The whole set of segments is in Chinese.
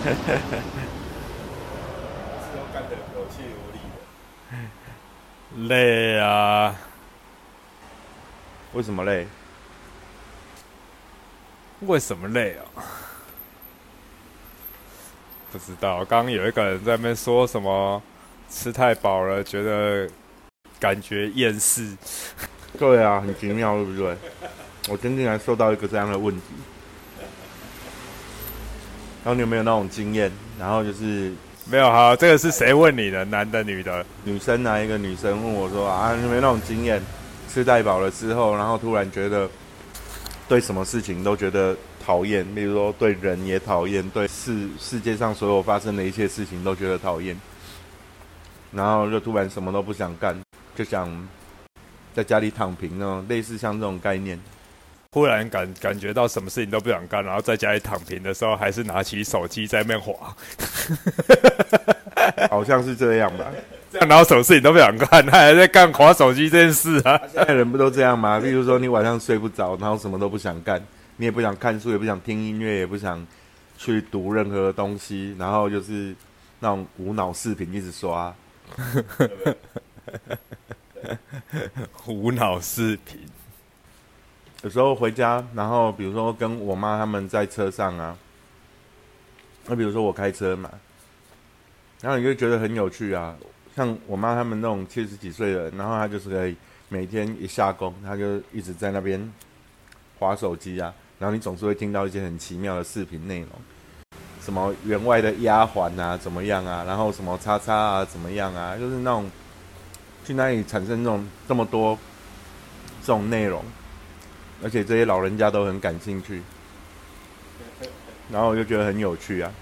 都干得有气无力的。累啊！ 为什么累？ 为什么累啊？不知道。刚刚有一个人在那边说什么吃太饱了，觉得感觉厌世。 对啊，很奇妙，对不对？我今天还收到一个这样的问题。然后你有没有那种经验？然后就是没有哈，这个是谁问你的？男的女的？ 女生啊，一个女生问我说啊，你有没有那种经验？吃太饱了之后，然后突然觉得对什么事情都觉得讨厌，比如说对人也讨厌，对世界上所有发生的一切事情都觉得讨厌，然后就突然什么都不想干，就想在家里躺平那种，类似像这种概念。 忽然感觉到什么事情都不想干，然后在家里躺平的时候，还是拿起手机在那边滑， 好像是这样吧。 这样然后什么事情都不想干，他还在干滑手机这件事啊。 现在人不都这样吗？比如说你晚上睡不着，然后什么都不想干，你也不想看书，也不想听音乐，也不想去读任何东西，然后就是那种无脑视频一直刷。 无脑视频。 有时候回家，然后比如说跟我妈他们在车上啊，那比如说我开车嘛，然后你就觉得很有趣啊。像我妈他们那种70几岁的人，然后她就是可以每天一下工，她就一直在那边滑手机啊，然后你总是会听到一些很奇妙的视频内容，什么员外的丫鬟啊怎么样啊，然后什么叉叉啊怎么样啊，就是那种去那里产生这么多这种内容。而且这些老人家都很感兴趣，然后我就觉得很有趣啊。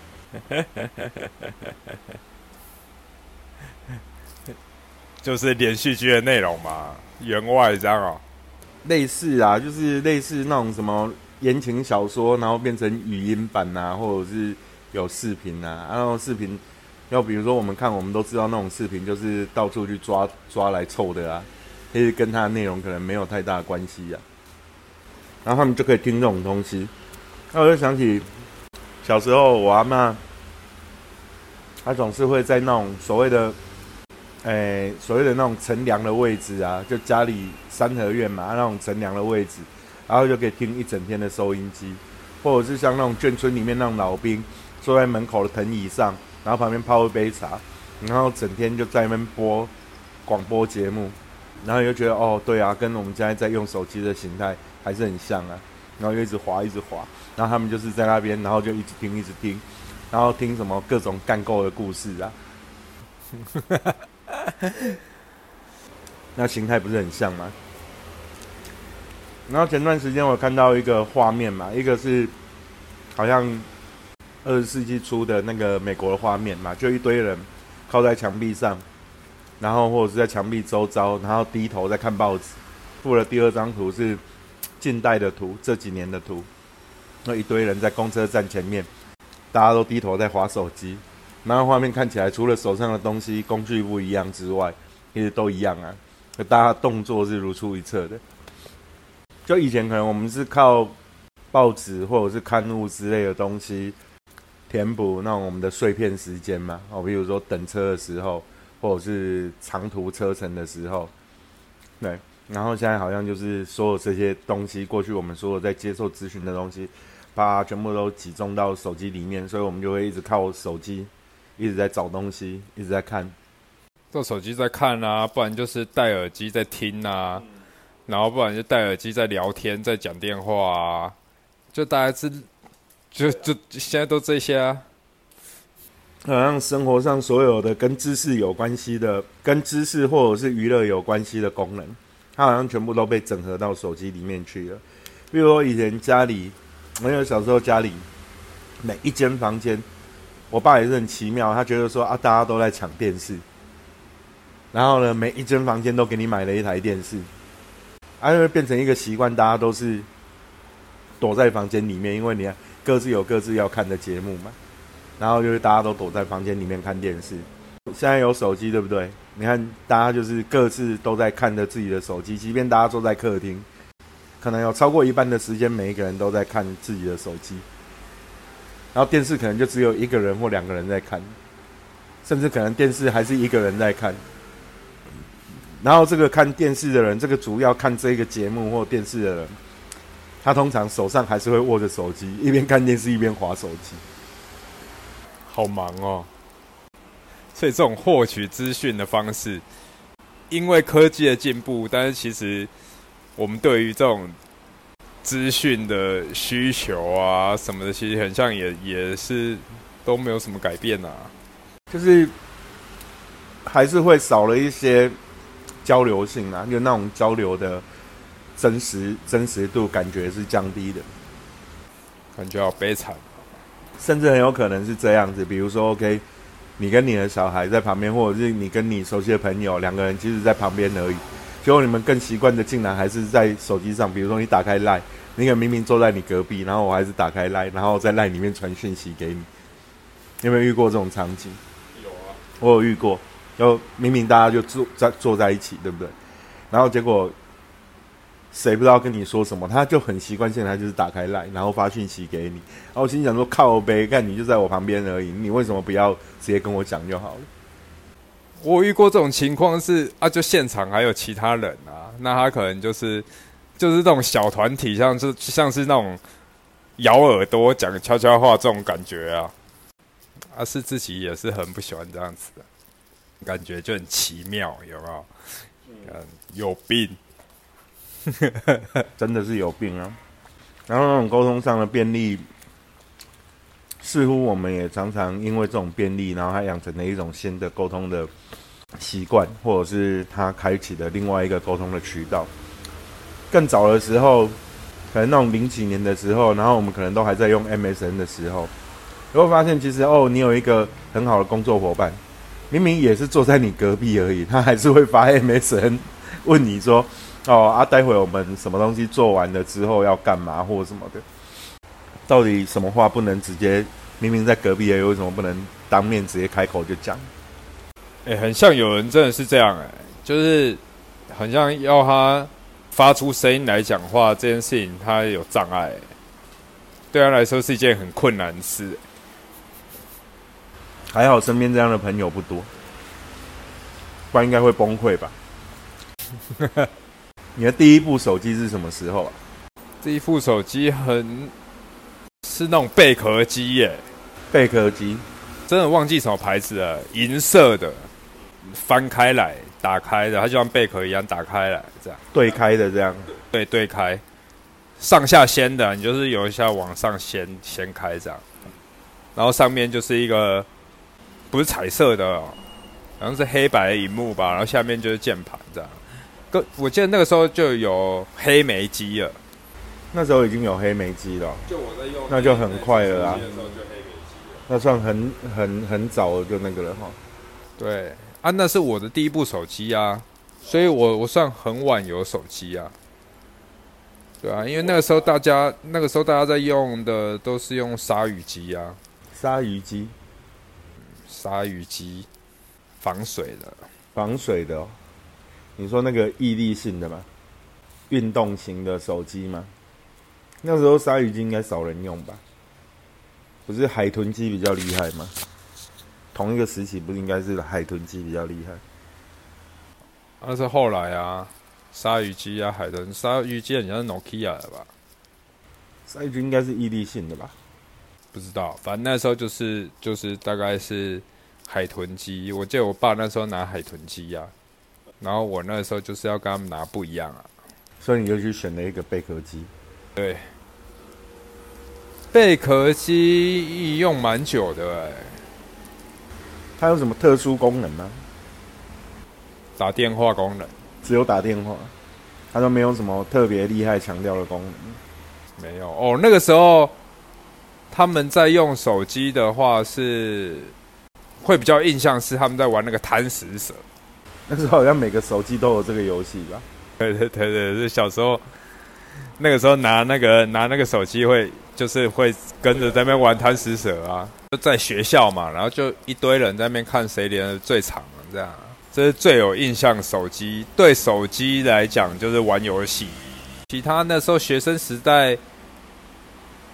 就是连续剧的内容嘛，员外这样哦。 类似啊，就是类似那种什么言情小说，然后变成语音版啊，或者是有视频啊。然后视频，要比如说我们看，我们都知道那种视频就是到处去抓来凑的啊，其实跟它的内容可能没有太大的关系啊。然后他们就可以听这种东西。那我就想起小时候我阿嬷，她总是会在那种所谓的那种乘凉的位置啊，就家里三合院嘛，那种乘凉的位置，然后就可以听一整天的收音机，或者是像那种眷村里面那种老兵坐在门口的藤椅上，然后旁边泡一杯茶，然后整天就在那边播广播节目，然后你就觉得哦，对啊，跟我们现在在用手机的形态还是很像啊，然后就一直滑，然后他们就是在那边，然后就一直听，然后听什么各种干够的故事啊，那形态不是很像吗？然后前段时间我看到一个画面嘛，一个是好像20世纪初的那个美国的画面嘛，就一堆人靠在墙壁上，然后或者是在墙壁周遭，然后低头在看报纸。附了第二张图是近代的图，这几年的图，那一堆人在公车站前面，大家都低头在滑手机，然后画面看起来除了手上的东西工具不一样之外，其实都一样啊，大家动作是如出一辙的。就以前可能我们是靠报纸或者是刊物之类的东西填补那种我们的碎片时间嘛，比如说等车的时候，或者是长途车程的时候，对。然后现在好像就是所有这些东西，过去我们所有在接受资讯的东西，把它全部都集中到手机里面，所以我们就会一直靠手机，一直在找东西，一直在看。 做手机在看啊，不然就是戴耳机在听啊，然后不然就戴耳机在聊天，在讲电话啊，就大概是，就现在都这些啊。 好像生活上所有的跟知识有关系的，跟知识或者是娱乐有关系的功能，它好像全部都被整合到手机里面去了。比如说以前家里，我有小时候家里每一间房间，我爸也是很奇妙，他觉得说啊，大家都在抢电视，然后呢，每一间房间都给你买了一台电视，就会变成一个习惯，大家都是躲在房间里面，因为你看各自有各自要看的节目嘛，然后就是大家都躲在房间里面看电视。现在有手机，对不对？你看大家就是各自都在看着自己的手机，即便大家坐在客厅，可能有超过一半的时间，每一个人都在看自己的手机。 然后电视可能就只有1个人或2个人在看，甚至可能电视还是1个人在看。然后这个看电视的人，这个主要看这个节目或电视的人，他通常手上还是会握着手机，一边看电视一边滑手机， 好忙哦。所以这种获取资讯的方式，因为科技的进步，但是其实我们对于这种资讯的需求啊什么的，其实很像也是都没有什么改变啊， 就是还是会少了一些交流性啊，就那种交流的真实度感觉是降低的， 感觉好悲惨。 甚至很有可能是这样子，比如说 OK， 你跟你的小孩在旁边，或者是你跟你熟悉的朋友，2个人其实在旁边而已，结果你们更习惯的竟然还是在手机上，比如说你打开 LINE， 那个明明坐在你隔壁，然后我还是打开 LINE， 然后在 LINE 里面传讯息给你。你有没有遇过这种场景？ 有啊， 我有遇过，就明明大家就坐在一起，对不对？然后结果谁不知道跟你说什么，他就很习惯性，他就是打开 LINE， 然后发讯息给你。然后我心想说，靠北，看你就在我旁边而已，你为什么不要直接跟我讲就好了？ 我遇过这种情况是啊，就现场还有其他人啊，那他可能就是这种小团体，像是那种咬耳朵讲悄悄话这种感觉啊，啊是自己也是很不喜欢这样子的感觉，就很奇妙，有没有？有病， 真的是有病啊！然后那种沟通上的便利，似乎我们也常常因为这种便利，然后他养成了一种新的沟通的习惯，或者是他开启了另外一个沟通的渠道。更早的时候，可能那种00几年的时候，然后我们可能都还在用 MSN 的时候，你会发现其实你有一个很好的工作伙伴，明明也是坐在你隔壁而已，他还是会发 MSN 问你说，待会我们什么东西做完了之后要干嘛或什么的。到底什么话不能直接，明明在隔壁而已，为什么不能当面直接开口就讲？ 很像有人真的是这样，就是很像要他发出声音来讲话这件事情，他有障碍，对他来说是一件很困难的事。 还好身边这样的朋友不多，不然应该会崩溃吧。你的第一部手机是什么时候啊？ 这一部手机是那种贝壳机耶， 贝壳机， 真的忘记什么牌子了，银色的，翻开来打开的，它就像贝壳一样打开来这样， 对开的这样， 对对开，上下掀的，你就是有一下往上掀开这样，然后上面就是一个不是彩色的，好像是黑白的萤幕吧，然后下面就是键盘这样。我记得那个时候就有黑莓机了， 那时候已经有黑莓机了， 就我在用， 那就很快了啦。 那算很早就那个了哈。对啊，那是我的第一部手机啊，所以我算很晚有手机啊。对啊，因为那个时候大家在用的都是用鲨鱼机啊， 鲨鱼机， 防水的哦。你说那个毅力性的吗？运动型的手机吗？那时候鲨鱼机应该少人用吧？不是海豚机比较厉害吗？同一个时期不是应该是海豚机比较厉害？ 那是后来啊，鲨鱼机啊，鲨鱼机很像是 Nokia 的吧？ 鲨鱼机应该是毅力性的吧？ 不知道，反正那时候就是大概是海豚机。我记得我爸那时候拿海豚机啊，然后我那时候就是要跟他们拿不一样啊， 所以你就去选了一个贝壳机。 对，贝壳机用蛮久的它有什么特殊功能吗？ 打电话功能， 只有打电话，它都没有什么特别厉害强调的功能。 没有哦，那个时候他们在用手机的话是会比较印象是他们在玩那个贪食蛇。 那时候好像每个手机都有这个游戏吧？ 对，是小时候那个时候拿那个手机会跟着在那边玩贪食蛇啊，就在学校嘛，然后就一堆人在那边看谁连得最长这样，这是最有印象。对手机来讲就是玩游戏，其他那时候学生时代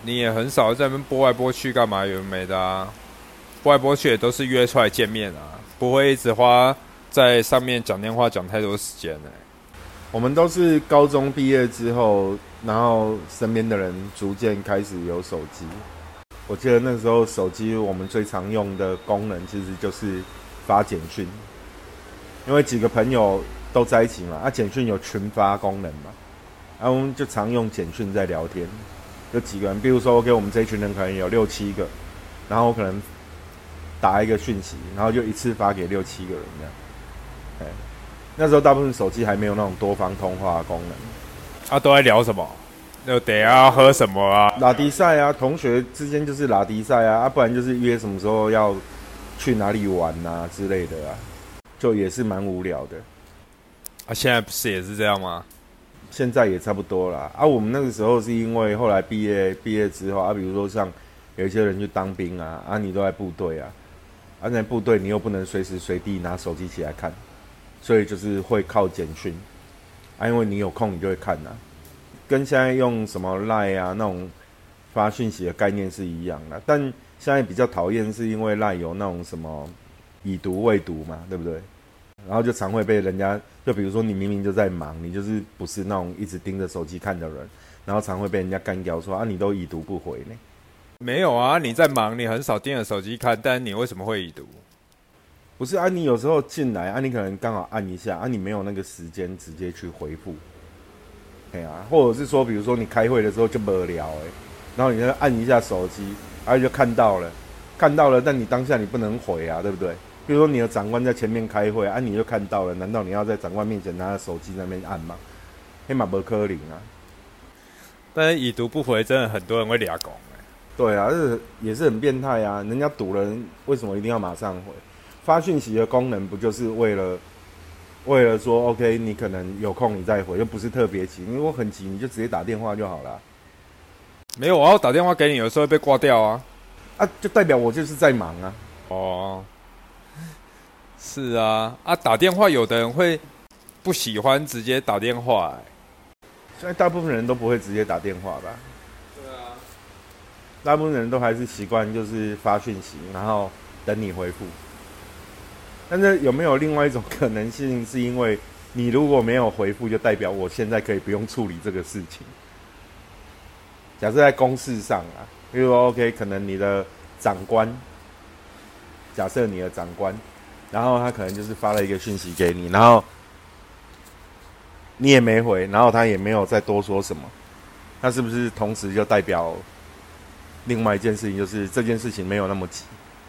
你也很少在那边拨来拨去干嘛，有没的啊？拨来拨去也都是约出来见面啊，不会一直花在上面讲电话讲太多时间我们都是高中毕业之后，然后身边的人逐渐开始有手机。我记得那时候手机我们最常用的功能其实就是发简讯，因为几个朋友都在一起嘛，简讯有群发功能嘛，我们就常用简讯在聊天。有几个人，比如说我们这一群人可能有6、7个，然后我可能打一个讯息，然后就一次发给6、7个人这样。那时候大部分手机还没有那种多方通话的功能。 都在聊什么？就等下喝什么啊？ 拉迪赛啊，同学之间就是拉迪赛啊，不然就是约什么时候要去哪里玩啊之类的啊，就也是蛮无聊的。 现在不是也是这样吗？ 现在也差不多啦。我们那个时候是因为后来毕业之后比如说像有一些人去当兵啊，你都在部队啊，在部队你又不能随时随地拿手机起来看，所以就是会靠简讯因为你有空你就会看跟现在用什么 LINE 那种发讯息的概念是一样的。但现在比较讨厌是因为 LINE 有那种什么已读未读嘛，对不对？然后就常会被人家，就比如说你明明就在忙，你就是不是那种一直盯着手机看的人，然后常会被人家干掉说你都已读不回呢。 没有啊，你在忙，你很少盯着手机看，但你为什么会已读？ 不是你有时候进来你可能刚好按一下你没有那个时间直接去回复，或者是说比如说你开会的时候就无聊然后你就按一下手机就看到了，但你当下你不能回对不对？比如说你的长官在前面开会你就看到了，难道你要在长官面前拿着手机在那边按吗？那嘛不可能但是已读不回真的很多人会俩拱对这也是很变态人家堵人为什么一定要马上回？发讯息的功能不就是为了说 OK 你可能有空你再回，又不是特别急，因为我很急你就直接打电话就好了。 没有，我要打电话给你，有时候会被挂掉就代表我就是在忙是打电话有的人会不喜欢直接打电话现在大部分人都不会直接打电话吧？ 对大部分人都还是习惯就是发讯息，然后等你回复。但是有没有另外一种可能性，是因为你如果没有回复，就代表我现在可以不用处理这个事情？假设在公事上比如说 OK 可能你的长官，假设你的长官，然后他可能就是发了一个讯息给你，然后你也没回，然后他也没有再多说什么，那是不是同时就代表另外一件事情，就是这件事情没有那么急？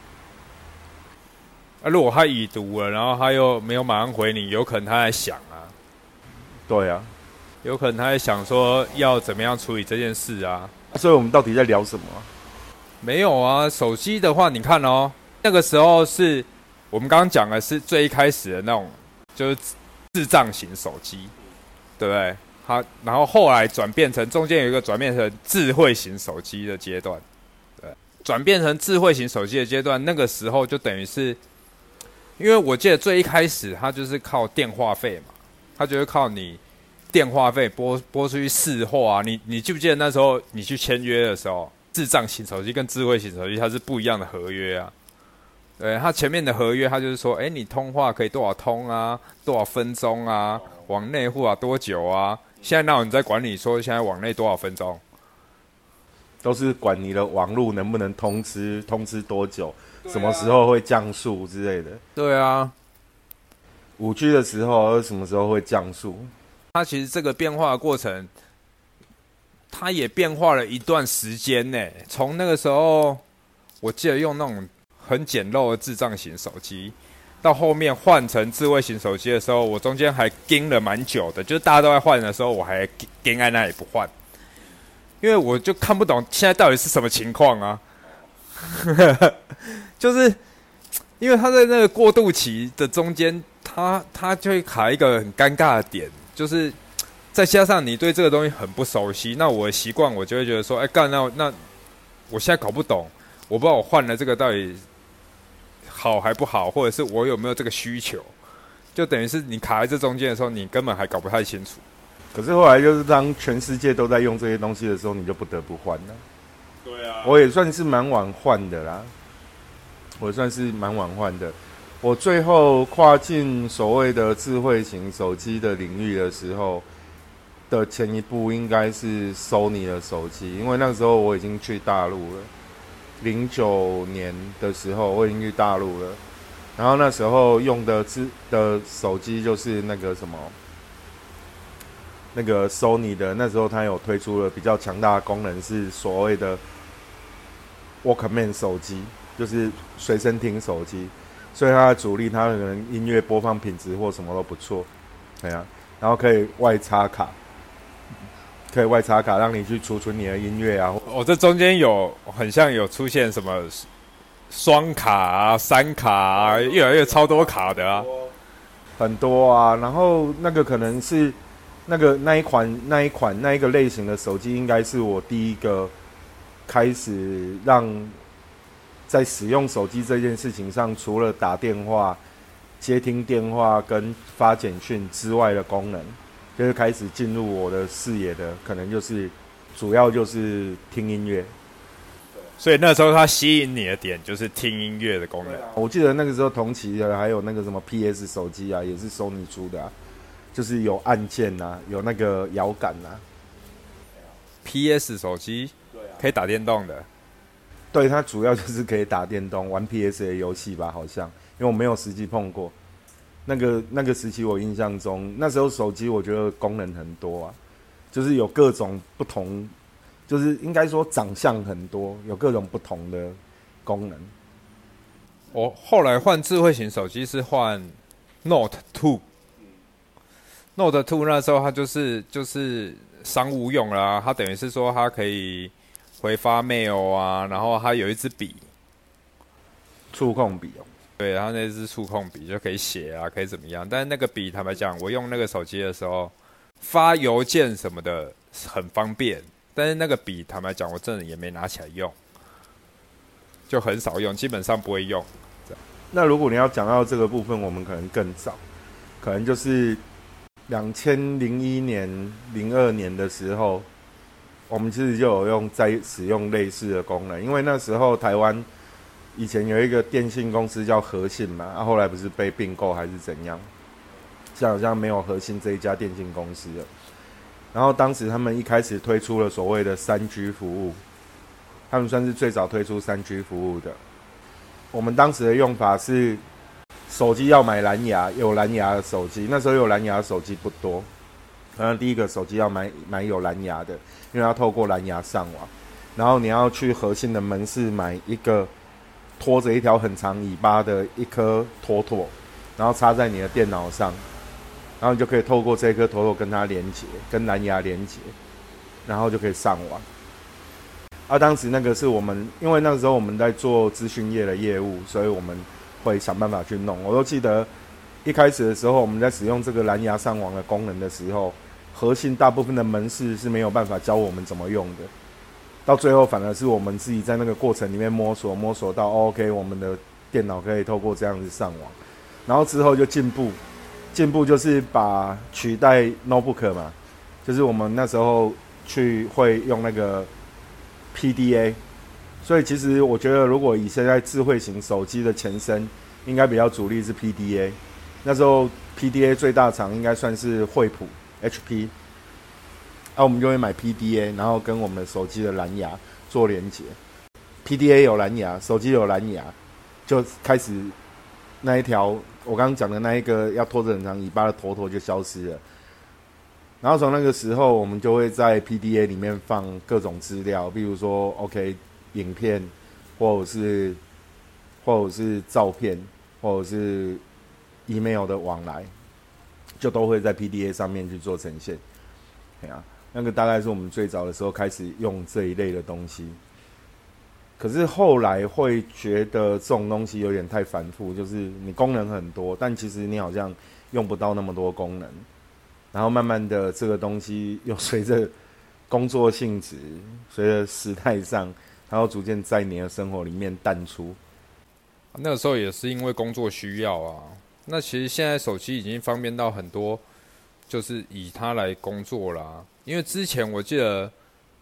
如果他已读了，然后他又没有马上回你，有可能他在想对有可能他在想说要怎么样处理这件事所以我们到底在聊什么没有手机的话，你看那个时候是我们刚刚讲的是最一开始的那种，就是智障型手机，对不对？然后后来中间有一个转变成智慧型手机的阶段，对，转变成智慧型手机的阶段，那个时候就等于是，因为我记得最一开始它就是靠电话费嘛，它就是靠你电话费拨出去市话你记不记得那时候你去签约的时候，智障型手机跟智慧型手机它是不一样的合约对，它前面的合约它就是说，你通话可以多少通多少分钟往内户多久现在哪有人在管理说现在往内多少分钟？ 都是管你的网路能不能通知多久，什么时候会降速之类的。 对 5G 的时候什么时候会降速？ 它其实这个变化的过程，它也变化了一段时间呢。从那个时候，我记得用那种很简陋的智障型手机，到后面换成智慧型手机的时候，我中间还盯了蛮久的，就是大家都在换的时候，我还盯在那里不换，因为我就看不懂现在到底是什么情况就是因为他在那个过渡期的中间，他就会卡一个很尴尬的点，就是再加上你对这个东西很不熟悉，那我的习惯我就会觉得说，那我现在搞不懂，我不知道我换了这个到底好还不好，或者是我有没有这个需求，就等于是你卡在这中间的时候，你根本还搞不太清楚。 可是后来就是当全世界都在用这些东西的时候，你就不得不换了。 对啊， 我也算是蛮晚换的啦，我最后跨进所谓的智慧型手机的领域的时候的前一步，应该是 Sony 的手机，因为那个时候我已经去大陆了。09年的时候，我已经去大陆了。然后那时候用的手机就是那个什么，那个 Sony 的，那时候它有推出了比较强大的功能，是所谓的 Walkman 手机，就是随身听手机。所以它的主力，它可能音乐播放品质或什么都不错，对啊。然后可以外插卡，让你去储存你的音乐啊。 这中间有很像有出现什么双卡啊、三卡啊，越来越超多卡的啊， 很多啊。然后那个可能是那一个类型的手机，应该是我第一个开始让在使用手机这件事情上，除了打电话、接听电话跟发简讯之外的功能，就是开始进入我的视野的，可能就是主要就是听音乐。 所以那时候它吸引你的点就是听音乐的功能。 我记得那个时候同期的还有那个什么 PS 手机啊，也是 Sony 出的啊，就是有按键啊，有那个摇杆啊。 PS 手机可以打电动的。 对，它主要就是可以打电动、玩 PS 的游戏吧，好像，因为我没有实际碰过。那个时期，我印象中，那时候手机我觉得功能很多啊，就是有各种不同，就是应该说长相很多，有各种不同的功能。 我后来换智慧型手机是换 Note 2，Note 2那时候它就是商务用啦，它等于是说它可以回发 mail 啊，然后它有一支笔， 触控笔哦。 对，然后那支触控笔就可以写啊，可以怎么样？但是那个笔，坦白讲，我用那个手机的时候，发邮件什么的很方便，但是那个笔，坦白讲，我真的也没拿起来用，就很少用，基本上不会用。 那如果你要讲到这个部分，我们可能更早，可能就是2001年、02年的时候，我们其实就有在使用类似的功能，因为那时候台湾以前有一个电信公司叫和信嘛，后来不是被并购还是怎样，现在好像没有和信这一家电信公司了。然后当时他们一开始推出了所谓的3G 服务，他们算是最早推出3G 服务的。我们当时的用法是，手机要买蓝牙，有蓝牙的手机，那时候有蓝牙的手机不多。然后第一个手机要买有蓝牙的，因为要透过蓝牙上网。然后你要去和信的门市买一个拖着一条很长尾巴的一颗坨坨，然后插在你的电脑上，然后你就可以透过这颗坨坨跟它连接，跟蓝牙连接，然后就可以上网。当时那个是我们，因为那个时候我们在做资讯业的业务，所以我们会想办法去弄。我都记得一开始的时候，我们在使用这个蓝牙上网的功能的时候，和信大部分的门市是没有办法教我们怎么用的。到最后反而是我们自己在那个过程里面摸索到，OK， 我们的电脑可以透过这样子上网，然后之后就进步就是把取代 notebook 嘛，就是我们那时候会用那个 PDA， 所以其实我觉得如果以现在智慧型手机的前身，应该比较主力是 PDA。那时候 PDA 最大厂应该算是惠普 HP。我们就会买 PDA， 然后跟我们的手机的蓝牙做连接。PDA 有蓝牙，手机有蓝牙，就开始那一条我刚刚讲的那一个要拖着很长尾巴的坨坨就消失了。然后从那个时候，我们就会在 PDA 里面放各种资料，比如说 OK 影片，或者是照片，或者是 email 的往来，就都会在 PDA 上面去做呈现。对啊。那个大概是我们最早的时候开始用这一类的东西，可是后来会觉得这种东西有点太繁复，就是你功能很多，但其实你好像用不到那么多功能。然后慢慢的这个东西又随着工作性质，随着时代上，然后逐渐在你的生活里面淡出。 那个时候也是因为工作需要啊。那其实现在手机已经方便到很多，就是以它来工作啦。因为之前我记得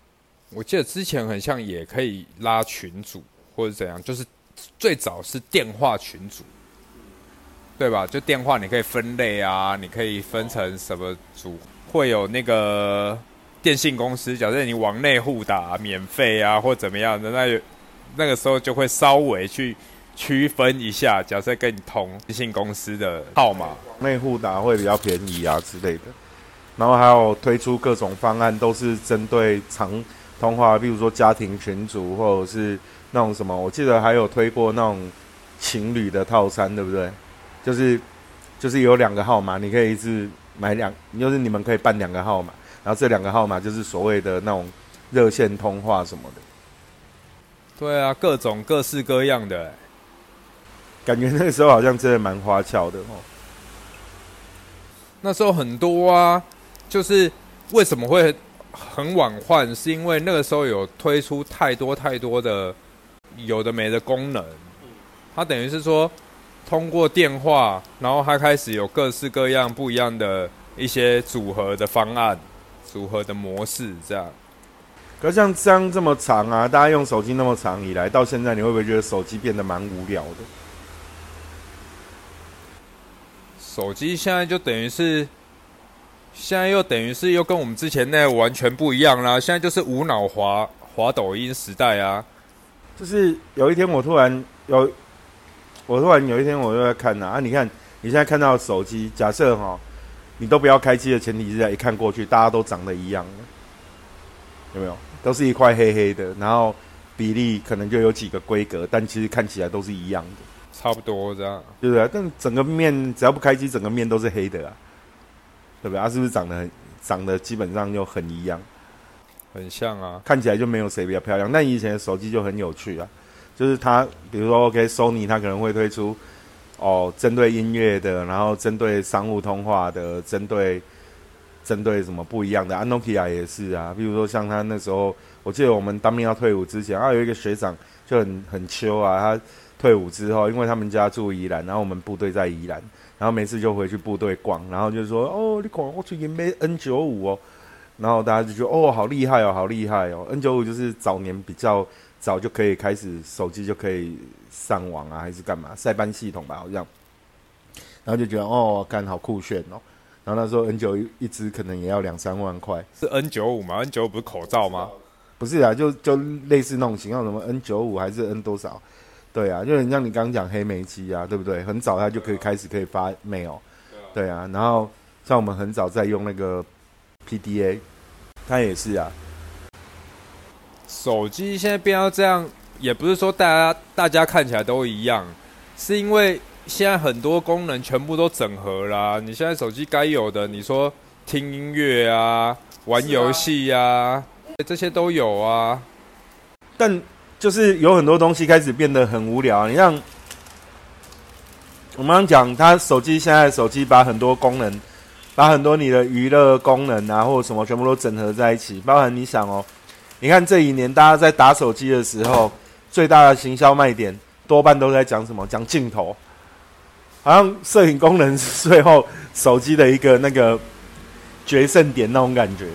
我记得之前很像也可以拉群组或者怎样，就是最早是电话群组，对吧？就电话你可以分类啊，你可以分成什么组，会有那个电信公司，假设你往内互打免费啊，或怎么样的，那个时候就会稍微去区分一下，假设跟你同电信公司的号码， 内互打会比较便宜啊之类的。然后还有推出各种方案，都是针对长通话，比如说家庭群组，或者是那种什么，我记得还有推过那种情侣的套餐，对不对？就是有2个号码，你可以一次买就是你们可以办2个号码，然后这2个号码就是所谓的那种热线通话什么的。 对啊，各种各式各样的， 感觉那个时候好像真的蛮花俏的哦。 那时候很多啊，就是为什么会很晚换，是因为那个时候有推出太多的有的没的功能，它等于是说通过电话，然后它开始有各式各样不一样的一些组合的方案、组合的模式这样。 可是像这样这么长啊，大家用手机那么长以来，到现在你会不会觉得手机变得蛮无聊的？ 手机现在就等于是，现在又等于是又跟我们之前那完全不一样啦。现在就是无脑滑抖音时代啊。 就是有一天我突然有一天我就在看啊，你看你现在看到的手机，假设你都不要开机的前提之下，一看过去大家都长得一样的，有没有？都是一块黑黑的，然后比例可能就有几个规格，但其实看起来都是一样的， 差不多这样， 对不对？但整个面只要不开机，整个面都是黑的啊，对不对？它是不是长得基本上就很一样？ 很像啊， 看起来就没有谁比较漂亮。但以前的手机就很有趣啊，就是它，比如说 Sony 它可能会推出针对音乐的，然后针对商务通话的，针对什么不一样的。Nokia 也是啊，比如说像他那时候，我记得我们当兵要退伍之前，有一个学长就很秋啊，他退伍之后，因为他们家住宜兰，然后我们部队在宜兰，然后每次就回去部队逛，然后就说你看我最近买 N95哦。然后大家就觉得好厉害哦，好厉害哦 ！N95 就是早年比较早就可以开始手机就可以上网啊，还是干嘛塞班系统吧，好像。然后就觉得干好酷炫哦。然后那时候 N95 一支可能也要2-3万块。 是 N95 吗 ？N95 不是口罩吗？ 不是啊，就类似那种型号，什么 N95 还是 N 多少？对啊，就很像你刚刚讲黑莓机啊，对不对？很早它就可以开始可以发 mail， 对啊。然后像我们很早在用那个。PDA， 它也是啊。 手机现在变到这样，也不是说大家看起来都一样，是因为现在很多功能全部都整合啦。你现在手机该有的，你说听音乐啊、玩游戏啊，这些都有啊。 但就是有很多东西开始变得很无聊。你像我们刚讲，它现在的手机把很多功能。把很多你的娱乐功能啊，或者什么全部都整合在一起，包含你想你看这一年大家在打手机的时候，最大的行销卖点多半都在讲什么？讲镜头，好像摄影功能是最后手机的一个那个决胜点那种感觉。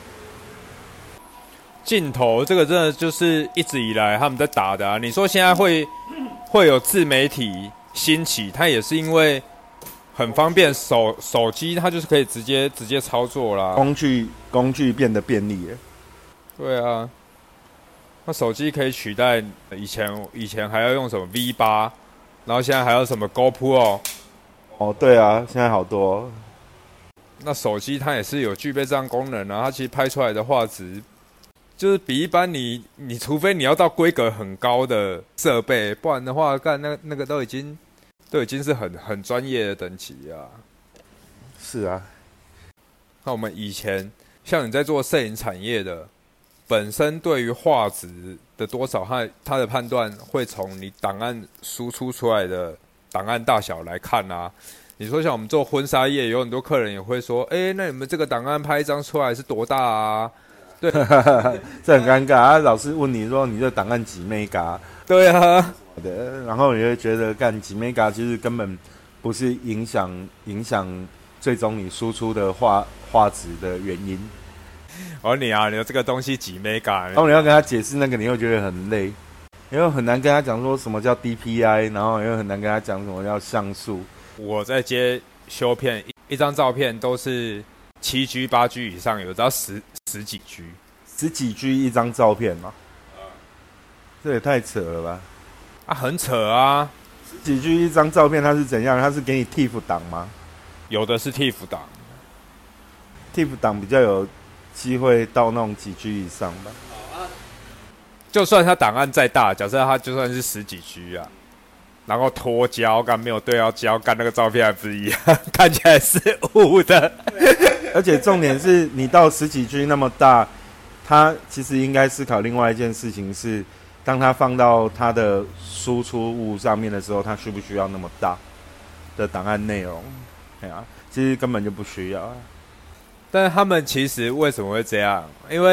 镜头这个真的就是一直以来他们在打的啊。你说现在会有自媒体兴起，它也是因为。很方便，手机它就是可以直接操作啦。 工具变得便利了。 对啊，那手机可以取代以前还要用什么 V8， 然后现在还有什么 GoPro。 对啊，现在好多。 那手机它也是有具备这样功能啊，它其实拍出来的画质就是比一般你除非你要到规格很高的设备，不然的话，那个都已经是很专业的等级啊。 是啊， 那我们以前像你在做摄影产业的，本身对于画质的多少，它的判断会从你档案输出出来的档案大小来看啊。你说像我们做婚纱业，有很多客人也会说，那你们这个档案拍一张出来是多大啊？对， 这很尴尬啊。老师问你说你这档案几 mega？ 对啊。 然后你会觉得几 mega 其实根本不是影响最终你输出的画质的原因。 我说你啊，你的这个东西几 mega， 然后你要跟他解释那个，你又觉得很累，因为很难跟他讲说什么叫 DPI， 然后又很难跟他讲什么叫像素。 我在接修片，一张照片都是7G 8G 以上，有到十几 G， 十几 G 一张照片嘛，这也太扯了吧！ 啊，很扯啊！ 十几 G 一张照片，它是怎样？它是给你 TIFF 档吗？ 有的是 TIFF 档 ，TIFF 档比较有机会到那种几 G 以上吧。 就算它档案再大，假设它就算是10几 G 啊，然后脱胶干没有对到胶干，那个照片还不是一样，看起来是雾的。 而且重点是你到10几 G 那么大，它其实应该思考另外一件事情是，当它放到它的输出物上面的时候，它需不需要那么大的档案内容？对啊，其实根本就不需要。 但是他们其实为什么会这样？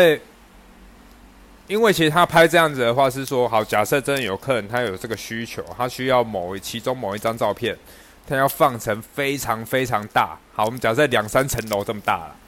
因为其实他拍这样子的话是说，好，假设真的有客人他有这个需求，他需要其中某一张照片，他要放成非常非常大。好，我们假设2、3层楼这么大了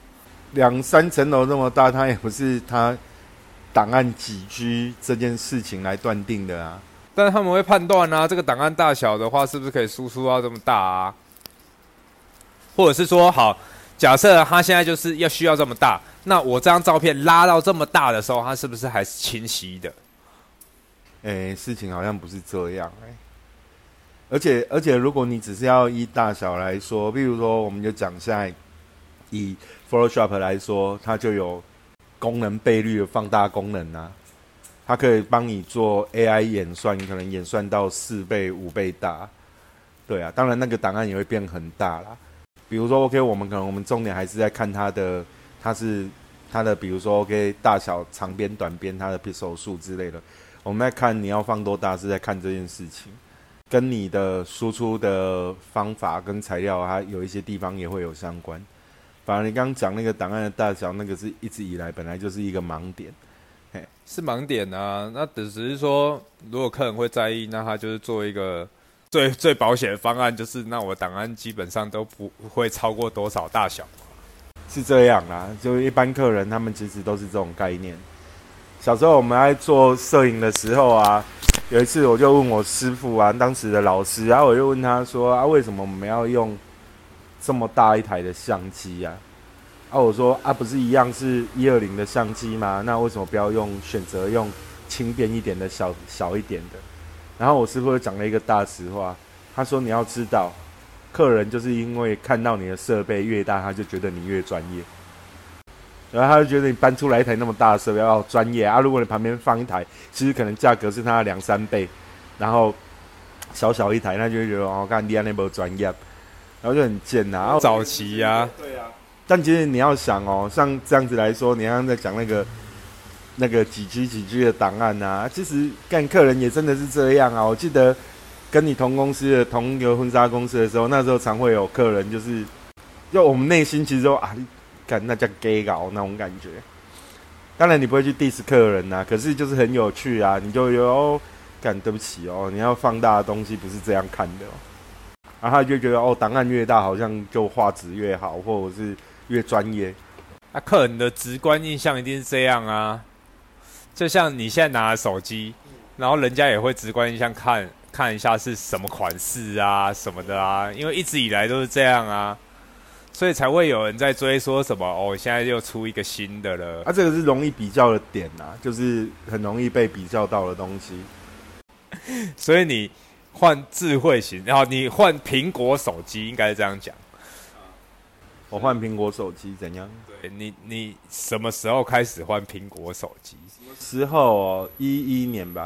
，2、3层楼这么大，它也不是它档案几 G 这件事情来断定的啊。 但是他们会判断啊，这个档案大小的话，是不是可以输出到这么大啊？或者是说，好，假设他现在就是需要这么大，那我这张照片拉到这么大的时候，它是不是还是清晰的？ 事情好像不是这样而且如果你只是要依大小来说，比如说我们就讲现在以 Photoshop 来说，它就有功能倍率的放大功能啊，它可以帮你做 AI 演算，可能演算到4倍、5倍大。对啊，当然那个档案也会变很大啦。比如说 OK， 我们重点还是在看它的比如说 OK 大小、长边、短边，它的 pixel 数之类的。我们在看你要放多大，是在看这件事情，跟你的输出的方法跟材料，它有一些地方也会有相关。反而你刚刚讲那个档案的大小，那个是一直以来本来就是一个盲点。 是盲点啊，那只是说，如果客人会在意，那他就是做一个最保险的方案，就是那我档案基本上都不会超过多少大小。 是这样啦，就一般客人他们其实都是这种概念。小时候我们在做摄影的时候啊，有一次我就问我师傅啊，当时的老师，然后我就问他说啊，为什么我们要用这么大一台的相机啊？我说啊，不是一样是120的相机吗？那为什么不要选择用轻便一点的小一点的？然后我师傅就讲了一个大实话，他说你要知道，客人就是因为看到你的设备越大，他就觉得你越专业，然后他就觉得你搬出来一台那么大的设备要专业啊。如果你旁边放一台，其实可能价格是它的2、3倍，然后小一台，他就会觉得哦，干你那不专业，然后就很贱啊。 早期啊， 对啊。但其实你要想哦，像这样子来说，你刚刚在讲那个几 G 的档案啊，其实干客人也真的是这样啊。我记得跟你同公司的同一个婚纱公司的时候，那时候常会有客人就我们内心其实说啊，干那叫 gay 搞那种感觉。当然你不会去 diss 客人啊，可是就是很有趣啊，你就有哦，干对不起哦，你要放大的东西不是这样看的哦。然后他就觉得哦，档案越大好像就画质越好，或者是越专业。 那客人的直观印象一定是这样啊。就像你现在拿的手机，然后人家也会直观印象看一下是什么款式啊什么的啊，因为一直以来都是这样啊，所以才会有人在追说什么哦，现在又出一个新的了。 这个是容易比较的点啊，就是很容易被比较到的东西。 所以你换智慧型，然后你换苹果手机，应该是这样讲。 我换苹果手机怎样？ 对你什么时候开始换苹果手机？ 时候哦，11年吧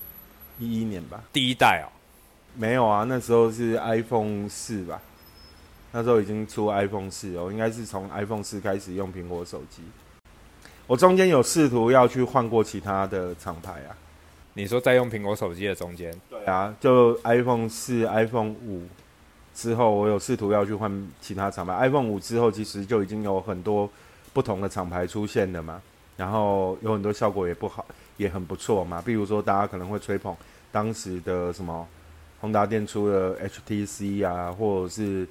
，11年吧。 第一代哦？ 没有啊，那时候是 iPhone 4吧，那时候已经出 iPhone 4哦，应该是从 iPhone 4开始用苹果手机。我中间有试图要去换过其他的厂牌啊。 你说在用苹果手机的中间？ 对啊，就 iPhone 4、iPhone 5之后，我有试图要去换其他厂牌。iPhone 5之后，其实就已经有很多不同的厂牌出现了嘛，然后有很多效果也不好，也很不错嘛。比如说，大家可能会吹捧当时的什么宏达电出的 HTC 啊，或者是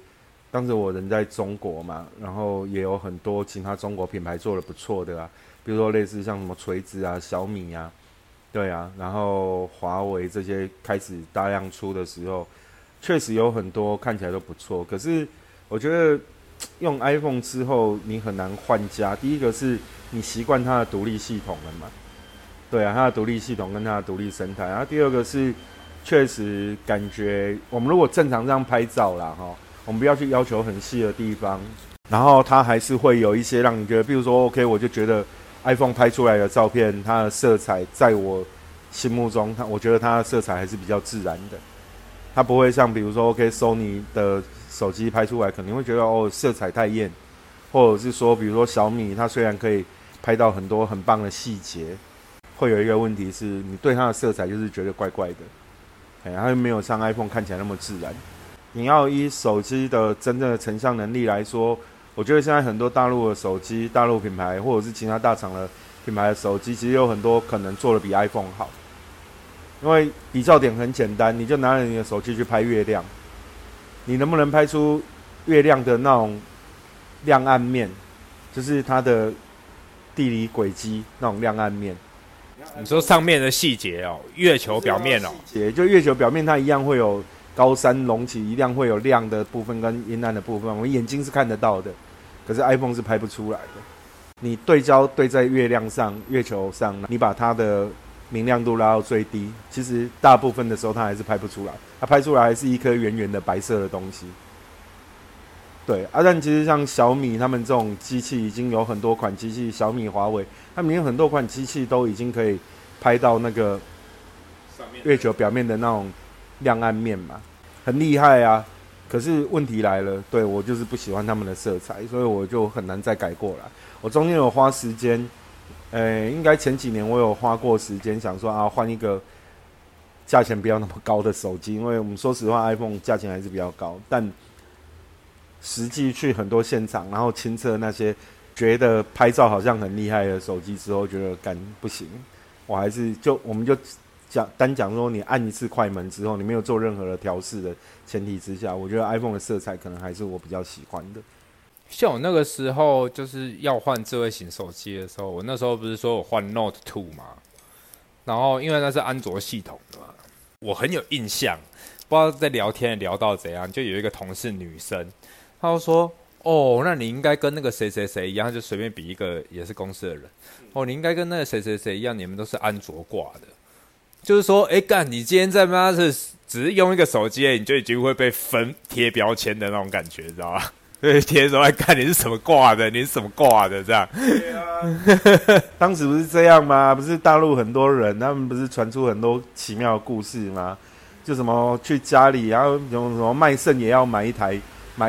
当时我人在中国嘛，然后也有很多其他中国品牌做的不错的啊，比如说类似像什么锤子啊、小米啊，对啊，然后华为这些开始大量出的时候，确实有很多看起来都不错。可是我觉得用 iPhone 之后，你很难换家。第一个是你习惯它的独立系统了嘛，对啊，它的独立系统跟它的独立生态。然后第二个是确实感觉我们如果正常这样拍照啦，我们不要去要求很细的地方，然后它还是会有一些让你觉得，比如说 OK， 我就觉得 iPhone 拍出来的照片，它的色彩在我心目中，我觉得它的色彩还是比较自然的，它不会像比如说 OK Sony 的手机拍出来，可能会觉得色彩太艳，或者是说比如说小米，它虽然可以拍到很多很棒的细节，会有一个问题是你对它的色彩就是觉得怪怪的，它没有像 iPhone 看起来那么自然。你要以手机的真正的成像能力来说，我觉得现在很多大陆的手机、大陆品牌或者是其他大厂的品牌的手机，其实有很多可能做的比 iPhone 好。因为比较点很简单，你就拿着你的手机去拍月亮，你能不能拍出月亮的那种亮暗面，就是它的地理轨迹那种亮暗面。 你说上面的细节哦，月球表面哦， 就月球表面它一样会有高山隆起，一样会有亮的部分跟阴暗的部分，我们眼睛是看得到的，可是 iPhone 是拍不出来的。你对焦对在月亮上、月球上，你把它的明亮度拉到最低，其实大部分的时候它还是拍不出来，它拍出来还是一颗圆圆的白色的东西。对啊，但其实像小米他们这种机器已经有很多款机器，小米、华为，他们有很多款机器都已经可以拍到那个月球表面的那种亮暗面嘛，很厉害啊。可是问题来了，对，我就是不喜欢他们的色彩，所以我就很难再改过来。我中间有花时间，应该前几年我有花过时间想说换一个价钱不要那么高的手机，因为我们说实话 iPhone 价钱还是比较高，但实际去很多现场，然后亲测那些觉得拍照好像很厉害的手机之后，觉得不行，我还是我们就单讲说，你按一次快门之后，你没有做任何的调试的前提之下，我觉得 iPhone 的色彩可能还是我比较喜欢的。 像我那个时候就是要换智慧型手机的时候，我那时候不是说我换 Note 2嘛，然后因为那是安卓系统的嘛，我很有印象，不知道在聊天聊到怎样，就有一个同事女生，她就说：“哦，那你应该跟那个谁谁谁一样，就随便比一个也是公司的人，你应该跟那个谁谁谁一样，你们都是安卓挂的。”就是说，干，你今天在妈是只是用一个手机，你就已经会被分贴标签的那种感觉，知道吧？对，贴说，看你是什么挂的，你是什么挂的，这样。对啊，当时不是这样吗？不是大陆很多人，他们不是传出很多奇妙的故事吗？就什么去家里，然后有什么卖肾也要买一台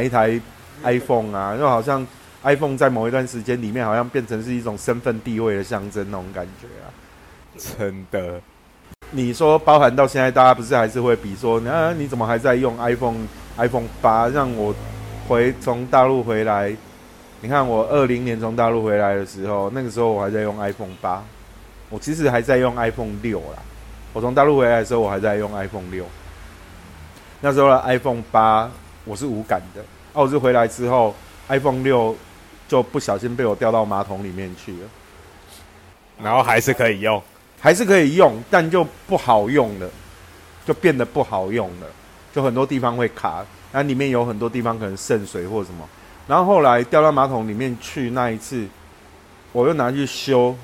iPhone 啊，就好像 iPhone 在某一段时间里面，好像变成是一种身份地位的象征那种感觉啊。 真的。 你说包含到现在，大家不是还是会比说，你怎么还在用 iPhone 8？让我从大陆回来，你看我20年从大陆回来的时候，那个时候我还在用 iPhone 8，我其实还在用 iPhone 6啦。我从大陆回来的时候，我还在用 iPhone 6。那时候的 iPhone 8我是无感的，我是回来之后 iPhone 6就不小心被我掉到马桶里面去了， 然后还是可以用。 还是可以用，但就不好用了，就变得不好用了，就很多地方会卡，那里面有很多地方可能渗水或什么，然后后来掉到马桶里面去那一次，我又拿去修，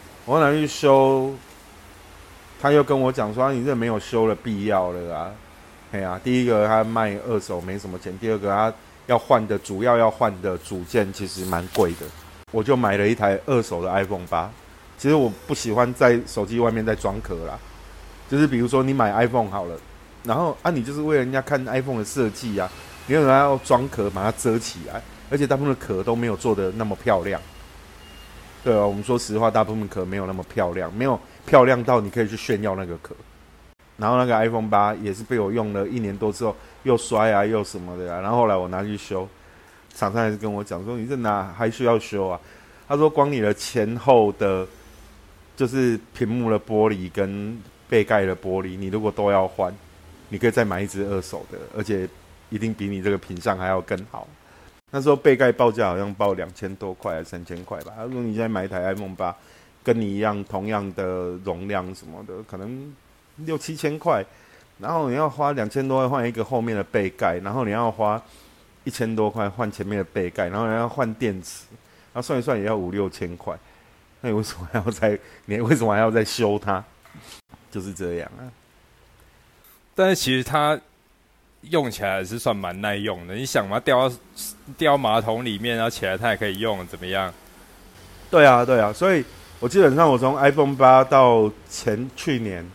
他又跟我讲说，你这没有修的必要了啊，第一个他卖二手没什么钱，第二个他主要要换的组件其实蛮贵的，我就买了一台二手的 iPhone 8。其实我不喜欢在手机外面再装壳啦，就是比如说你买 iPhone 好了，然后你就是为了人家看 iPhone 的设计啊，你有人要装壳把它遮起来，而且大部分的壳都没有做的那么漂亮。对啊，我们说实话，大部分壳没有那么漂亮，没有漂亮到你可以去炫耀那个壳。然后那个 iPhone 8也是被我用了1年多之后又摔啊又什么的然后后来我拿去修，厂商还是跟我讲说，你这哪还需要修啊？他说光你的前后的就是屏幕的玻璃跟背盖的玻璃，你如果都要换，你可以再买一只二手的，而且一定比你这个品相还要更好。那时候背盖报价好像报2000多块还是3000块吧。如果你现在买一台 iPhone 8，跟你一样同样的容量什么的，可能6、7千块，然后你要花2000多块换一个后面的背盖，然后你要花1000多块换前面的背盖，然后你要换电池，然后算一算也要5、6千块。那你为什么还要再修它？就是这样啊。 但是其实它用起来是算蛮耐用的。你想嘛，掉到马桶里面，然后起来它也可以用，怎么样？ 对啊，对啊。所以我基本上我从 iPhone 8到去年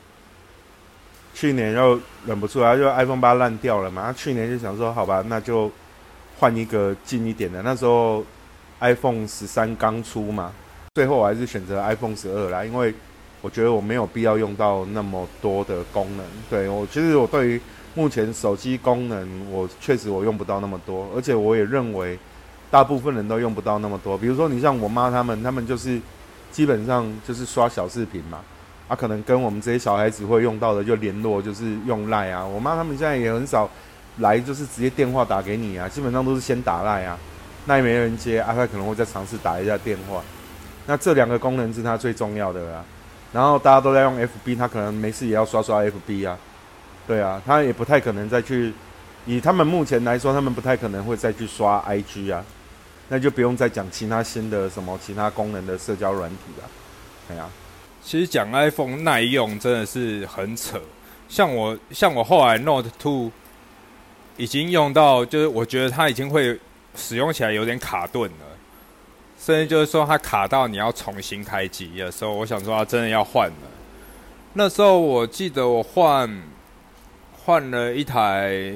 又忍不住啊，就 iPhone 8烂掉了嘛。去年就想说，好吧，那就换一个近一点的。那时候 iPhone 13刚出嘛。最后我还是选择 iPhone 12啦，因为我觉得我没有必要用到那么多的功能。对，其实我对于目前手机功能，确实我用不到那么多，而且我也认为大部分人都用不到那么多。比如说你像我妈他们就是基本上就是刷小视频嘛，可能跟我们这些小孩子会用到的就联络，就是用 LINE 啊。我妈他们现在也很少来，就是直接电话打给你啊，基本上都是先打 LINE 啊，那也没人接他可能会再尝试打一下电话。那这2个功能是它最重要的啦。然后大家都在用 FB， 他可能没事也要刷刷 FB 啊。对啊，他也不太可能再去，以他们目前来说，他们不太可能会再去刷 IG 啊。那就不用再讲其他新的什么其他功能的社交软体了。对啊， 其实讲 iPhone 耐用真的是很扯。像我后来 Note 2已经用到，就是我觉得它已经会使用起来有点卡顿了。甚至就是说，它卡到你要重新开机的时候，我想说，它真的要换了。那时候我记得我换了一台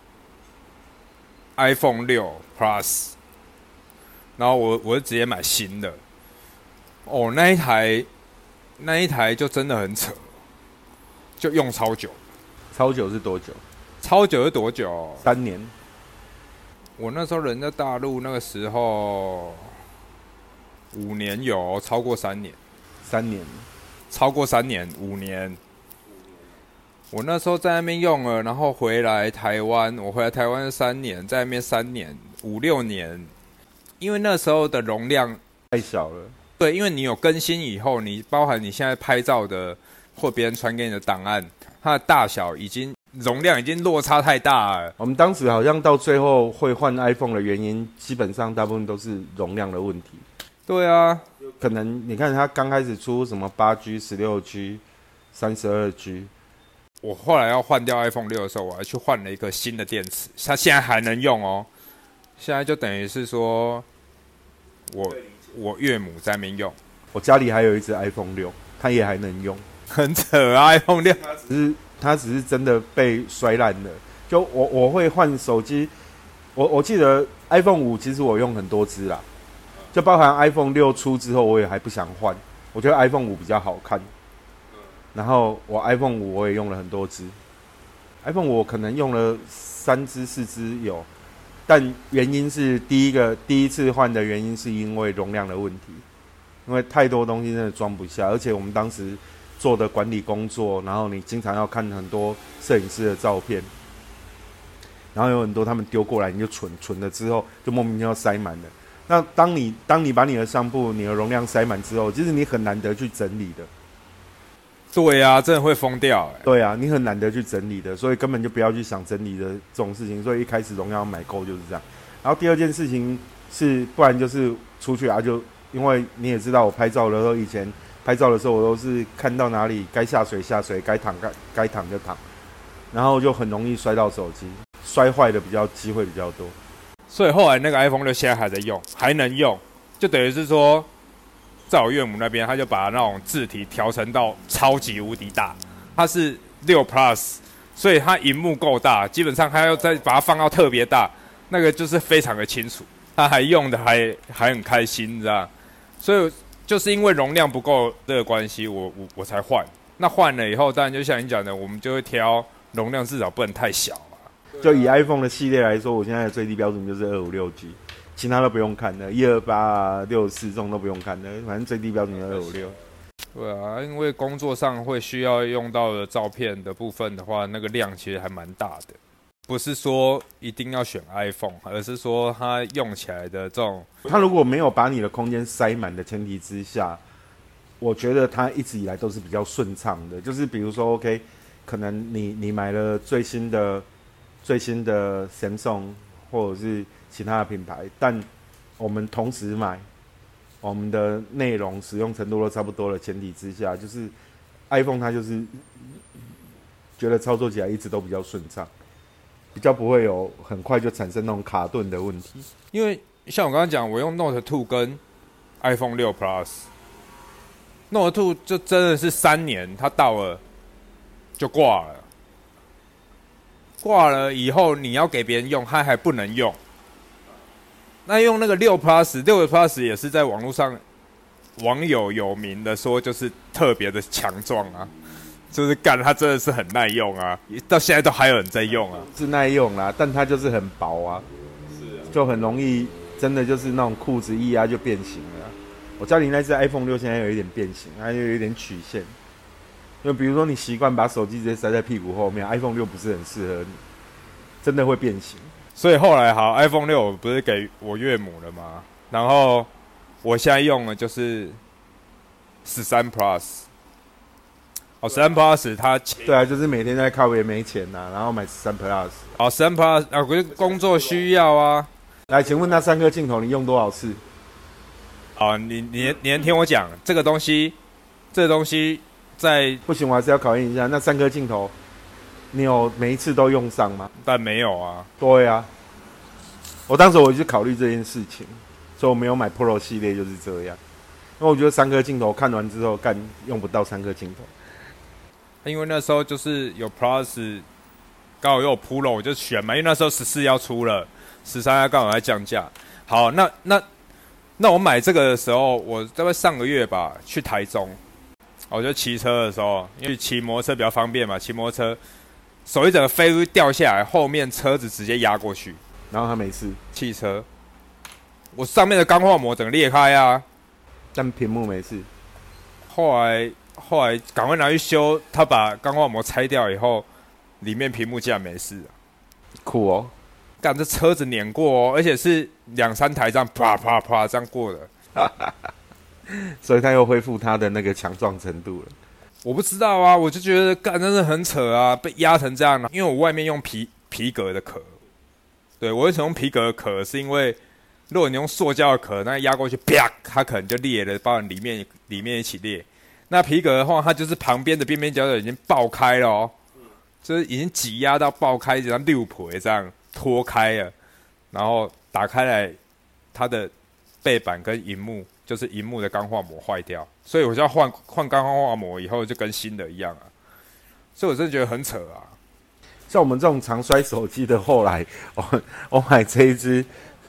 iPhone 6 Plus， 然后我就直接买新的。哦，那一台就真的很扯，就用超久。 超久是多久？ 超久是多久 ？3年。 我那时候人在大陆，那个时候。5年有超过3年 ，3年， 超过3年，5年。我那时候在那边用了，然后回来台湾，我回来台湾3年，在那边3年，5、6年。因为那时候的容量太小了。 对，因为你有更新以后，你包含你现在拍照的或别人传给你的档案，它的大小容量已经落差太大了。 我们当时好像到最后会换 iPhone 的原因，基本上大部分都是容量的问题。 对啊， 可能你看它刚开始出什么8G、16G、32G， 我后来要换掉 iPhone 6的时候，我还去换了一个新的电池，它现在还能用哦。现在就等于是说，我岳母在那边用， 我家里还有一只 iPhone 6，它也还能用， 很扯啊 ！iPhone 6， 它只是真的被摔烂了。就我会换手机，我记得 iPhone 5其实我用很多只啦。就包含 iPhone 6出之后，我也还不想换。我觉得 iPhone 5比较好看。然后我 iPhone 5我也用了很多只 ，iPhone 5我可能用了3只4只有，但原因是第一次换的原因是因为容量的问题，因为太多东西真的装不下，而且我们当时做的管理工作，然后你经常要看很多摄影师的照片，然后有很多他们丢过来，你就存了之后就莫名其妙塞满了。那当你把你的相簿、你的容量塞满之后，其实你很难得去整理的。 对啊，真的会疯掉。 对啊，你很难得去整理的，所以根本就不要去想整理的这种事情。所以一开始容量要买够就是这样。然后第二件事情是，不然就是出去啊，就因为你也知道，我拍照的时候，以前拍照的时候，我都是看到哪里该下水下水，该躺就躺，然后就很容易摔到手机，摔坏的机会比较多。 所以后来那个 iPhone 6现在还在用，还能用，就等于是说，在我岳母那边，他就把那种字体调成到超级无敌大。它是6 Plus， 所以它萤幕够大，基本上还要再把它放到特别大，那个就是非常的清楚。他还用的还很开心，你知道？所以就是因为容量不够这个关系，我才换。那换了以后，当然就像你讲的，我们就会挑容量至少不能太小。 就以 iPhone 的系列来说，我现在的最低标准就是256G， 其他都不用看的，128、64这种都不用看的，反正最低标准就是256。 对啊，因为工作上会需要用到的照片的部分的话，那个量其实还蛮大的。 不是说一定要选 iPhone， 而是说它用起来的这种， 它如果没有把你的空间塞满的前提之下，我觉得它一直以来都是比较顺畅的。就是比如说 ，OK， 可能你买了最新的 Samsung 或者是其他的品牌，但我们同时买，我们的内容使用程度都差不多的前提之下，就是 iPhone 它就是觉得操作起来一直都比较顺畅。比较不会有很快就产生那种卡顿的问题， 因为像我刚刚讲，我用 Note 2跟 iPhone 6 Plus，Note 2就真的是3年，它到了就挂了，挂了以后你要给别人用，它还不能用。那用那个6 Plus 也是在网络上网友有名的说，就是特别的强壮啊。就是干，它真的是很耐用啊，到现在都还有人在用啊。 是耐用啦，但它就是很薄啊，是啊，就很容易，真的就是那种裤子一压就变形了。我家里那只 iPhone 6现在有一点变形，它就有一点曲线。因为比如说你习惯把手机直接塞在屁股后面 ，iPhone 6不是很适合你，真的会变形。 所以后来好 ，iPhone 6不是给我岳母了吗？然后我现在用的就是13 Plus。13 Plus 它对啊，就是每天在靠也没钱呐、然后买13 Plus。 13 Plus 啊，不是工作需要啊。 来，请问那3颗镜头你用多少次？ 你先听我讲，这个东西在不行，我还是要考验一下，那3颗镜头，你有每一次都用上吗？ 但没有啊。 对啊，我当时我就考虑这件事情，所以我没有买 Pro 系列，就是这样。因为我觉得3颗镜头看完之后，干用不到3颗镜头。 因为那时候就是有 Plus， 刚好又有 Pro， 我就选嘛。因为那时候14要出了，13要刚好在降价。好，那我买这个的时候，我大概上个月吧，去台中，我就骑车的时候，因为骑摩托车比较方便嘛，骑摩托车手一整个飞出去掉下来，后面车子直接压过去， 然后它没事， 汽车，我上面的钢化膜整个裂开啊， 但屏幕没事。 后来赶快拿去修，他把钢化膜拆掉以后，里面屏幕竟然没事， 酷哦！ 干，这车子碾过哦，而且是2-3台这样啪啪啪这样过的， 所以他又恢复他的那个强壮程度了。 我不知道啊，我就觉得干真的很扯啊，被压成这样。因为我外面用皮革的壳，对，我为什么用皮革的壳？是因为如果你用塑胶的壳，那压过去啪，它可能就裂了，包含里面一起裂。那皮革的话，它就是旁边的边边角角已经爆开了哦，就是已经挤压到爆开，这样六皮这样脱开了，然后打开来，它的背板跟萤幕，就是萤幕的钢化膜坏掉，所以我就要换钢化膜，以后就跟新的一样啊。所以我真的觉得很扯啊。 像我们这种常摔手机的，后来我买这一支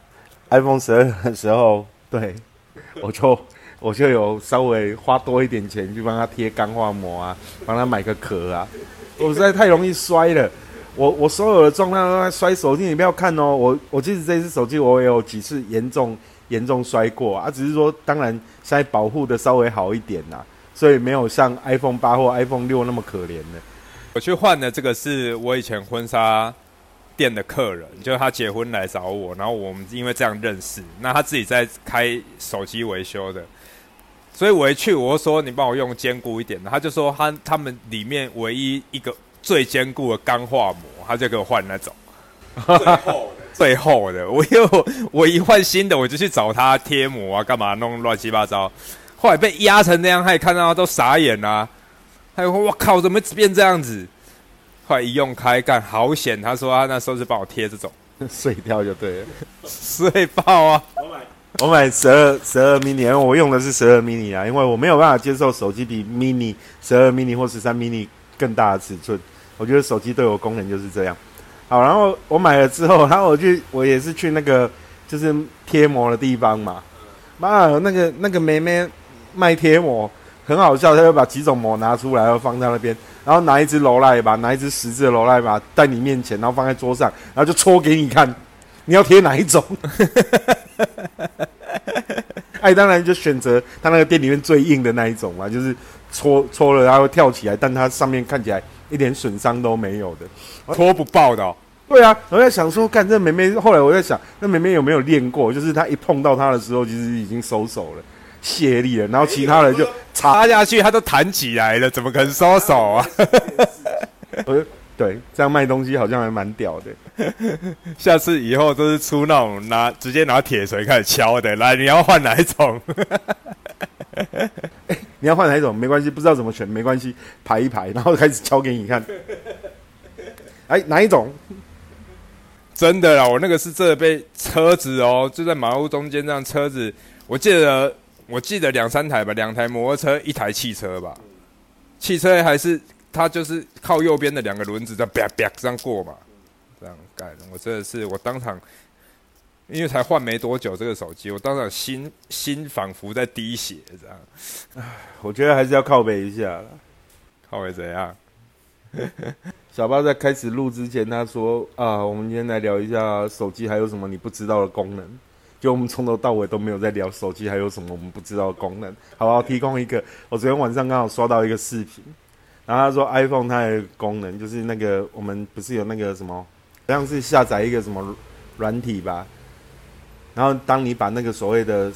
iPhone 12的时候，对，我就有稍微花多一点钱去帮他贴钢化膜啊，帮他买个壳啊。我实在太容易摔了，我所有的状态都在摔手机。你不要看哦，我其实这支手机我也有几次严重摔过啊，只是说当然现在保护的稍微好一点啦，所以没有像 iPhone 8或 iPhone 6那么可怜的。 我去换的这个是我以前婚纱店的客人，就是他结婚来找我，然后我们因为这样认识，那他自己在开手机维修的。所以我一去，我就说你帮我用坚固一点的，他就说他们里面唯一一个最坚固的钢化膜，他就给我换那种最厚的。我一换新的，我就去找他贴膜啊，干嘛弄乱七八糟。后来被压成那样，他也看到他都傻眼啊，他就说我靠，怎么变这样子？后来一用开，干好险！他说他那时候是帮我贴这种， 碎掉就对了， 碎爆啊！ 我买12 mini， 因为我用的是12 mini 啊，因为我没有办法接受手机比 mini 12 mini 或13 mini 更大的尺寸。我觉得手机对我功能就是这样。好，然后我买了之后，然后我也是去那个就是贴膜的地方嘛。妈，那个妹妹卖贴膜很好笑，她就把几种膜拿出来，然后放在那边，然后拿一支柔赖吧，拿一支10支的柔赖吧，在你面前，然后放在桌上，然后就戳给你看，你要贴哪一种？哎，当然就选择他那个店里面最硬的那一种嘛，就是戳了它会跳起来，但它上面看起来一点损伤都没有的， 戳不爆的哦。 对啊，我在想说，干这妹妹，后来我在想，那妹妹有没有练过？就是她一碰到她的时候，其实已经收手了，卸力了，然后其他人就插下去，她都弹起来了，怎么可能收手啊？ 对，这样卖东西好像还蛮屌的。 下次以后都是出那种直接拿铁锤开始敲的，来，你要换哪一种？ 你要换哪一种？没关系，不知道怎么选没关系，排一排，然后开始敲给你看。哪一种？ 真的啦，我那个是真的被车子哦，就在马路中间这样车子，我记得2-3台吧，2台摩托车，1台汽车吧。汽车还是它就是靠右边的2个轮子这样啪啪这样过嘛，这样干，我真的是我当场，因为才换没多久这个手机，我当场心仿佛在滴血这样。 我觉得还是要靠北一下啦。 靠北怎样？ 小巴在开始录之前，他说啊，我们今天来聊一下手机还有什么你不知道的功能。就我们从头到尾都没有在聊手机还有什么我们不知道的功能。好不好？提供一个，我昨天晚上刚好刷到一个视频，然后他说 iPhone 它有一个功能，就是那个我们不是有那个什么，好像是下载一个什么软体吧，然后当你把那个所谓的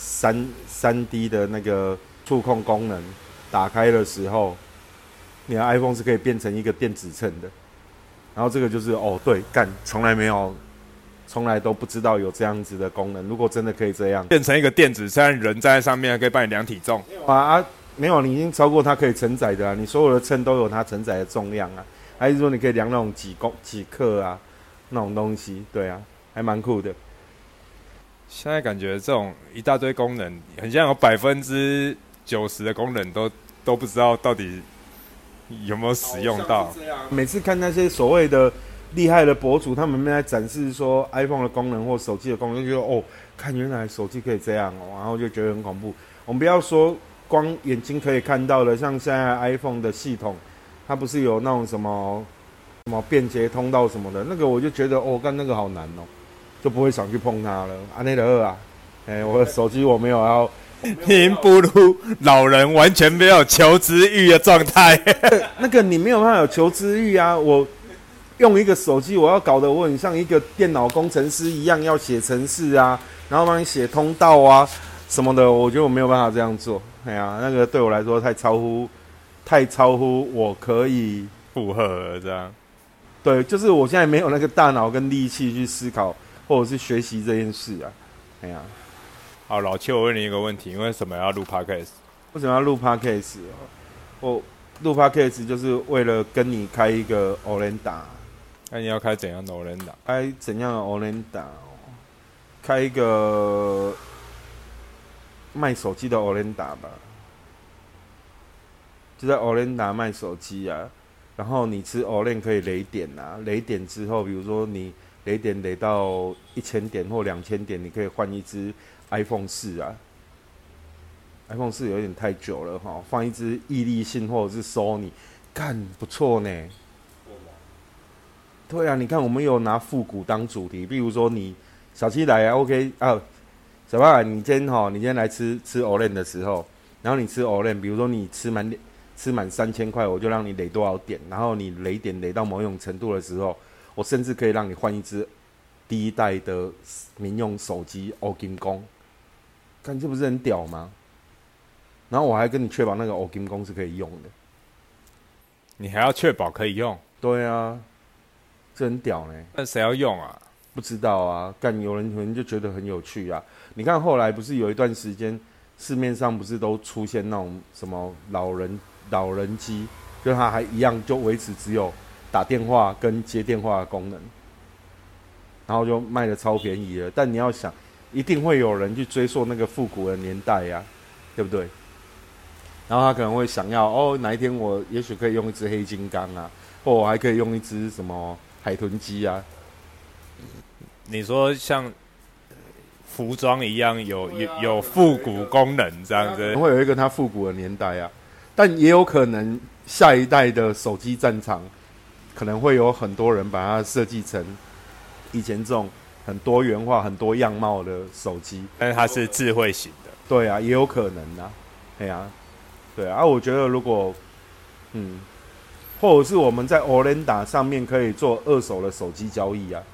3D 的那个触控功能打开的时候，你的 iPhone 是可以变成一个电子秤的。然后这个就是对，从来没有，从来都不知道有这样子的功能。如果真的可以这样， 变成一个电子秤，人站在上面可以帮你量体重没有，你已经超过它可以承载的啊，你所有的秤都有它承载的重量啊，还是说你可以量那种几克啊那种东西，对啊，还蛮酷的。 现在感觉这种一大堆功能，很像有90%的功能都不知道到底有没有使用到。 每次看那些所谓的厉害的博主，他们在展示说 iPhone 的功能或手机的功能，就觉得看原来手机可以这样然后就觉得很恐怖。我们不要说光眼睛可以看到的，像现在 iPhone 的系统，它不是有那种什么便捷通道什么的，那个我就觉得干那个好难就不会想去碰它了。安内的二啊，我的手机我没有要。 您不如老人完全没有求知欲的状态。 那个你没有办法有求知欲啊！我用一个手机，我要搞得我很像一个电脑工程师一样，要写程式啊，然后帮你写通道啊什么的。我觉得我没有办法这样做。那个对我来说太超乎我可以负荷了，这样。 对，就是我现在没有那个大脑跟力气去思考或者是学习这件事啊。 好，老邱，我问你一个问题：为什么要录 Podcast？ 为什么要录 Podcast？ 我录 Podcast 就是为了跟你开一个 Olenda。 那你要开怎样的 Olenda？ 开怎样的 Olenda？ 开一个卖手机的 Olenda 吧，就在 Olenda 卖手机啊。然后你吃 Olenda 可以雷点啊，雷点之后，比如说你雷点雷到1000点或2000点，你可以换一支 iPhone 4啊。iPhone 4有点太久了放一支毅力信或者是 Sony， 干不错呢。对啊，你看我们有拿复古当主题，比如说你小七来啊 ，OK 啊，小八来，你今天来吃 Olenda 的时候，然后你吃 Olenda， 比如说你吃满3000块，我就让你累多少点，然后你累点累到某种程度的时候，我甚至可以让你换一支第一代的民用手机欧金工，看这不是很屌吗？然后我还跟你确保那个欧金工是可以用的， 你还要确保可以用？ 对啊，这很屌呢。 那谁要用啊？ 不知道啊，有人可能就觉得很有趣啊。你看后来不是有一段时间，市面上不是都出现那种什么老人机，就它还一样就维持只有打电话跟接电话的功能，然后就卖的超便宜了。但你要想，一定会有人去追溯那个复古的年代呀，对不对？然后他可能会想要哪一天我也许可以用一只黑金刚啊，或我还可以用一只什么海豚机啊。 你说像服装一样有复古功能这样子， 会有一个它复古的年代啊，但也有可能下一代的手机战场可能会有很多人把它设计成以前这种很多元化、很多样貌的手机， 但是它是智慧型的。 对啊，也有可能啊，对啊，我觉得如果或者是我们在 Orenda 上面可以做二手的手机交易啊。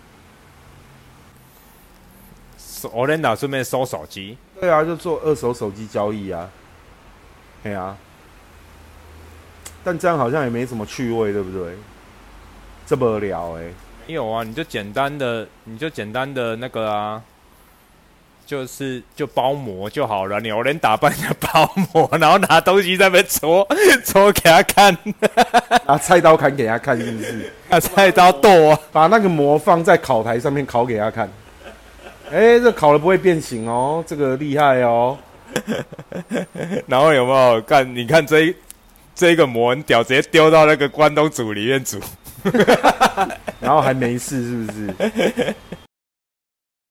Orenda 顺便收手机。 对啊，就做二手手机交易啊。对啊，但这样好像也没什么趣味，对不对？这么聊没有啊，你就简单的那个啊，就包膜就好了。你Orenda扮成包膜，然后拿东西在那边搓给他看， 拿菜刀砍给他看，是不是？ 拿菜刀剁啊， 把那个膜放在烤台上面烤给他看。这烤了不会变形哦，这个厉害哦。 然后有没有看？你看这个膜很屌，直接丢到那个关东煮里面煮， 然后还没事，是不是？